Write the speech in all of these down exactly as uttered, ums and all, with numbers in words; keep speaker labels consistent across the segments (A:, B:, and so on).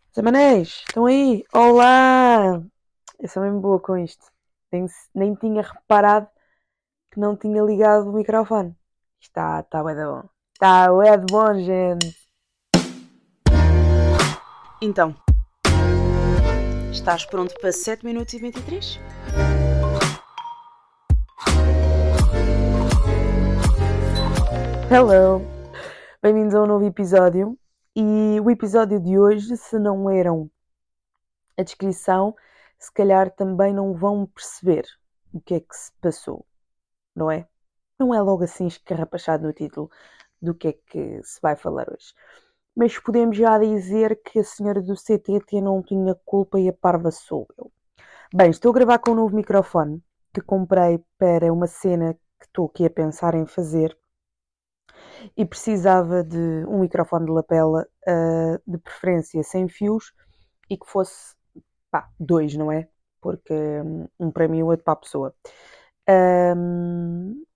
A: Zé estão aí? Olá! Eu sou mesmo boa com isto. Nem, nem tinha reparado que não tinha ligado o microfone. Está, está bué de bom. Está bué de bom, gente.
B: Então, estás pronto para sete minutos e vinte e três?
A: Hello! Bem-vindos a um novo episódio. E o episódio de hoje, se não leram a descrição, se calhar também não vão perceber o que é que se passou, não é? Não é logo assim escarrapachado no título do que é que se vai falar hoje. Mas podemos já dizer que a senhora do C T T não tinha culpa e a parva sou eu. Bem, estou a gravar com um novo microfone que comprei para uma cena que estou aqui a pensar em fazer e precisava de um microfone de lapela, uh, de preferência sem fios e que fosse, pá, dois, não é? Porque um para mim e o outro para a pessoa. Um,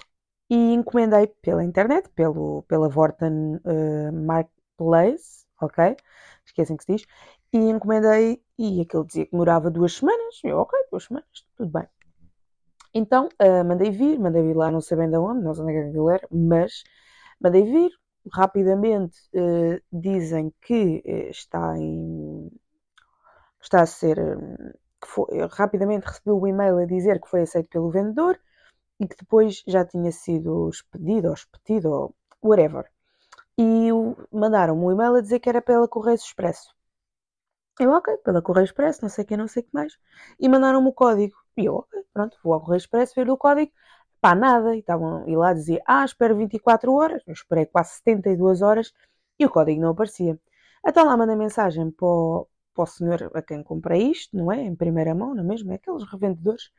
A: e encomendei pela internet, pelo, pela Vorten uh, Marketplace, ok? Esquecem que se diz. E encomendei e aquele dizia que demorava duas semanas. Eu, ok, duas semanas, tudo bem. Então, uh, mandei vir, mandei vir lá, não sei bem de onde, não sei onde é que aquilo era, mas mandei vir. Rapidamente uh, dizem que uh, está em... está a ser... Uh, que foi, rapidamente recebi o e-mail a dizer que foi aceito pelo vendedor e que depois já tinha sido expedido ou expedido ou whatever. E mandaram-me um e-mail a dizer que era pela Correio Expresso. Eu, ok, pela Correio Expresso, não sei o que, não sei o que mais. E mandaram-me o código. E eu, ok, pronto, vou ao Correio Expresso ver o código. Pá, nada. E, estavam, e lá dizia, ah, espero vinte e quatro horas. Eu esperei quase setenta e duas horas e o código não aparecia. Então lá mandei mensagem para o, para o senhor a quem comprei isto, não é? Em primeira mão, não é mesmo? É aqueles revendedores.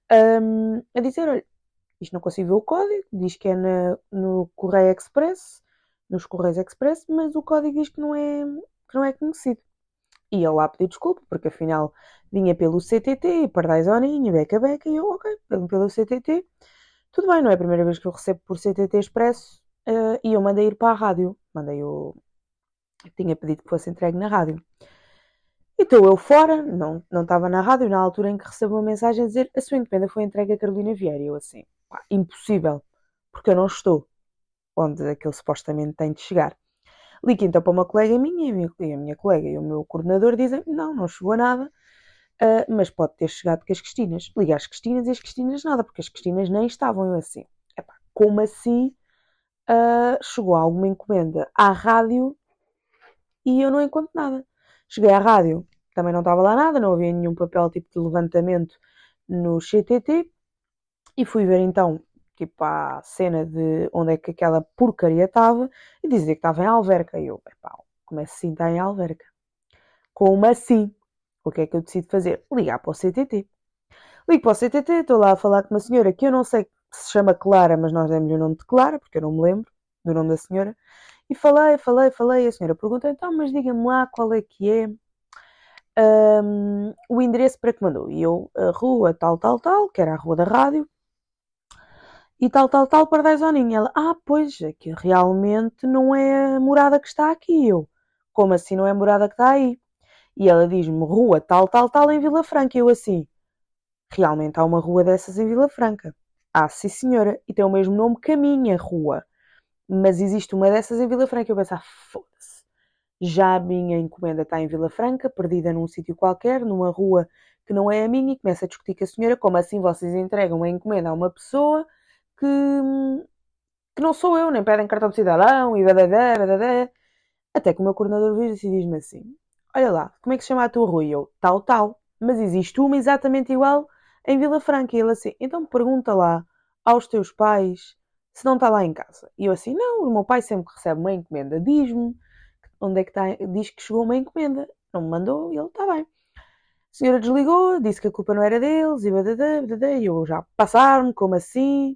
A: Um, a dizer, olha, isto não consigo ver o código, diz que é na, no Correio Express, nos Correios Express, mas o código diz que não é, que não é conhecido. E ele lá pediu desculpa, porque afinal vinha pelo C T T, Pardais Oninho, Beca Beca, e eu, ok, pelo C T T, tudo bem, não é a primeira vez que eu recebo por C T T Expresso, uh, e eu mandei ir para a rádio, mandei o... tinha pedido que fosse entregue na rádio. E estou eu fora, não, não estava na rádio, na altura em que recebo uma mensagem a dizer a sua encomenda foi entregue a Carolina Vieira, e eu assim, pá, impossível, porque eu não estou onde aquele supostamente tem de chegar. Ligo então para uma colega minha e a minha, e a minha colega e o meu coordenador dizem não, não chegou a nada, uh, mas pode ter chegado com as Cristinas. Liga às Cristinas e as Cristinas nada, porque as Cristinas nem estavam. Eu assim, epá, como assim uh, chegou alguma encomenda à rádio e eu não encontro nada? Cheguei à rádio, também não estava lá nada, não havia nenhum papel tipo de levantamento no C T T e fui ver então tipo a cena de onde é que aquela porcaria estava e dizia que estava em Alverca. E eu, epá, como assim está em Alverca? Como assim? O que é que eu decido fazer? Ligar para o C T T. Ligo para o C T T, estou lá a falar com uma senhora que eu não sei se se chama Clara, mas nós demos-lhe o nome de Clara, porque eu não me lembro do nome da senhora. E falei, falei, falei, e a senhora pergunta, então, mas diga-me lá qual é que é um, o endereço para que mandou. E eu, a rua tal, tal, tal, que era a rua da rádio, e tal, tal, tal, Pardais Oninho. Ela, ah, pois, é que realmente não é a morada que está aqui. Eu, como assim não é a morada que está aí? E ela diz-me, rua tal, tal, tal, em Vila Franca. E eu assim, realmente há uma rua dessas em Vila Franca. Ah, sim senhora, e tem o mesmo nome que a minha rua. Mas existe uma dessas em Vila Franca. Eu penso, ah, foda-se. Já a minha encomenda está em Vila Franca, perdida num sítio qualquer, numa rua que não é a minha, e começa a discutir com a senhora como assim vocês entregam a encomenda a uma pessoa que, que não sou eu, nem pedem cartão de cidadão e badadá, badadá. Até que o meu coordenador vira-se e diz-me assim, olha lá, como é que se chama a tua rua? E eu, tal, tal. Mas existe uma exatamente igual em Vila Franca. E ele assim, então pergunta lá aos teus pais se não está lá em casa. E eu assim, não, o meu pai sempre que recebe uma encomenda diz-me onde é que está, diz que chegou uma encomenda. Não me mandou e ele, está bem. A senhora desligou, disse que a culpa não era deles e badadá, badadá. E eu já passaram-me, como assim?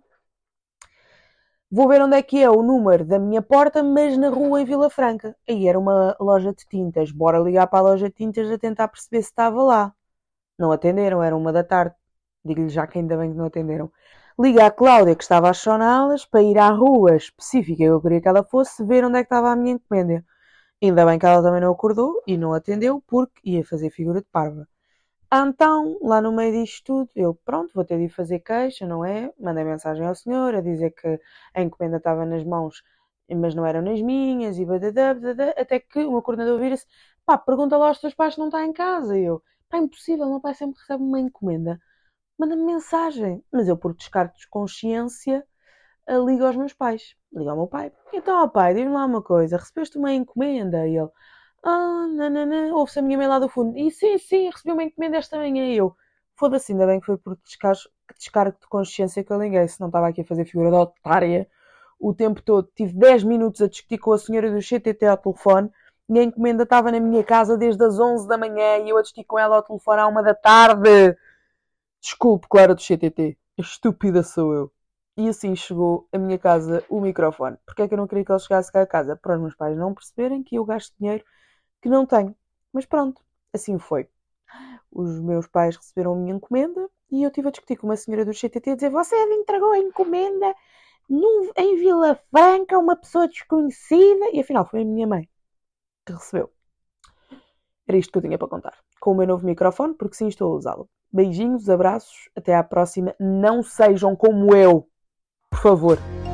A: Vou ver onde é que é o número da minha porta, mas na rua em Vila Franca. Aí era uma loja de tintas. Bora ligar para a loja de tintas a tentar perceber se estava lá. Não atenderam, era uma da tarde. Digo-lhe já que ainda bem que não atenderam. Liga à Cláudia, que estava a choná-las, para ir à rua específica que eu queria que ela fosse, ver onde é que estava a minha encomenda. Ainda bem que ela também não acordou e não atendeu porque ia fazer figura de parva. Então, lá no meio disto tudo, eu, pronto, vou ter de ir fazer queixa, não é? Mandei mensagem ao senhor a dizer que a encomenda estava nas mãos, mas não eram nas minhas, e badadá, badadá, até que o meu coordenador vira-se, pá, pergunta lá aos teus pais se não está em casa. E eu, pá, impossível, o meu pai sempre recebe uma encomenda, manda-me mensagem. Mas eu, por descarte de consciência, ligo aos meus pais. Ligo ao meu pai. Então, ó pai, diz-me lá uma coisa, recebeste uma encomenda? E ele, ah, nananã, ouve-se a minha mãe lá do fundo. E sim, sim, recebi uma encomenda esta manhã. E eu, foda-se, ainda bem que foi por descargo, descargo de consciência que eu liguei, se não estava aqui a fazer figura de otária o tempo todo. Tive dez minutos a discutir com a senhora do C T T ao telefone e a encomenda estava na minha casa desde as onze da manhã e eu a discutir com ela ao telefone à uma da tarde. Desculpe, Clara do C T T. Estúpida sou eu. E assim chegou a minha casa o microfone. Porque é que eu não queria que ele chegasse cá a casa? Para os meus pais não perceberem que eu gasto dinheiro que não tenho. Mas pronto, assim foi. Os meus pais receberam a minha encomenda e eu estive a discutir com uma senhora do C T T a dizer: você entregou a encomenda num, em Vila Franca a uma pessoa desconhecida. E afinal foi a minha mãe que recebeu. Era isto que eu tinha para contar. Com o meu novo microfone, porque sim, estou a usá-lo. Beijinhos, abraços, até à próxima. Não sejam como eu, por favor.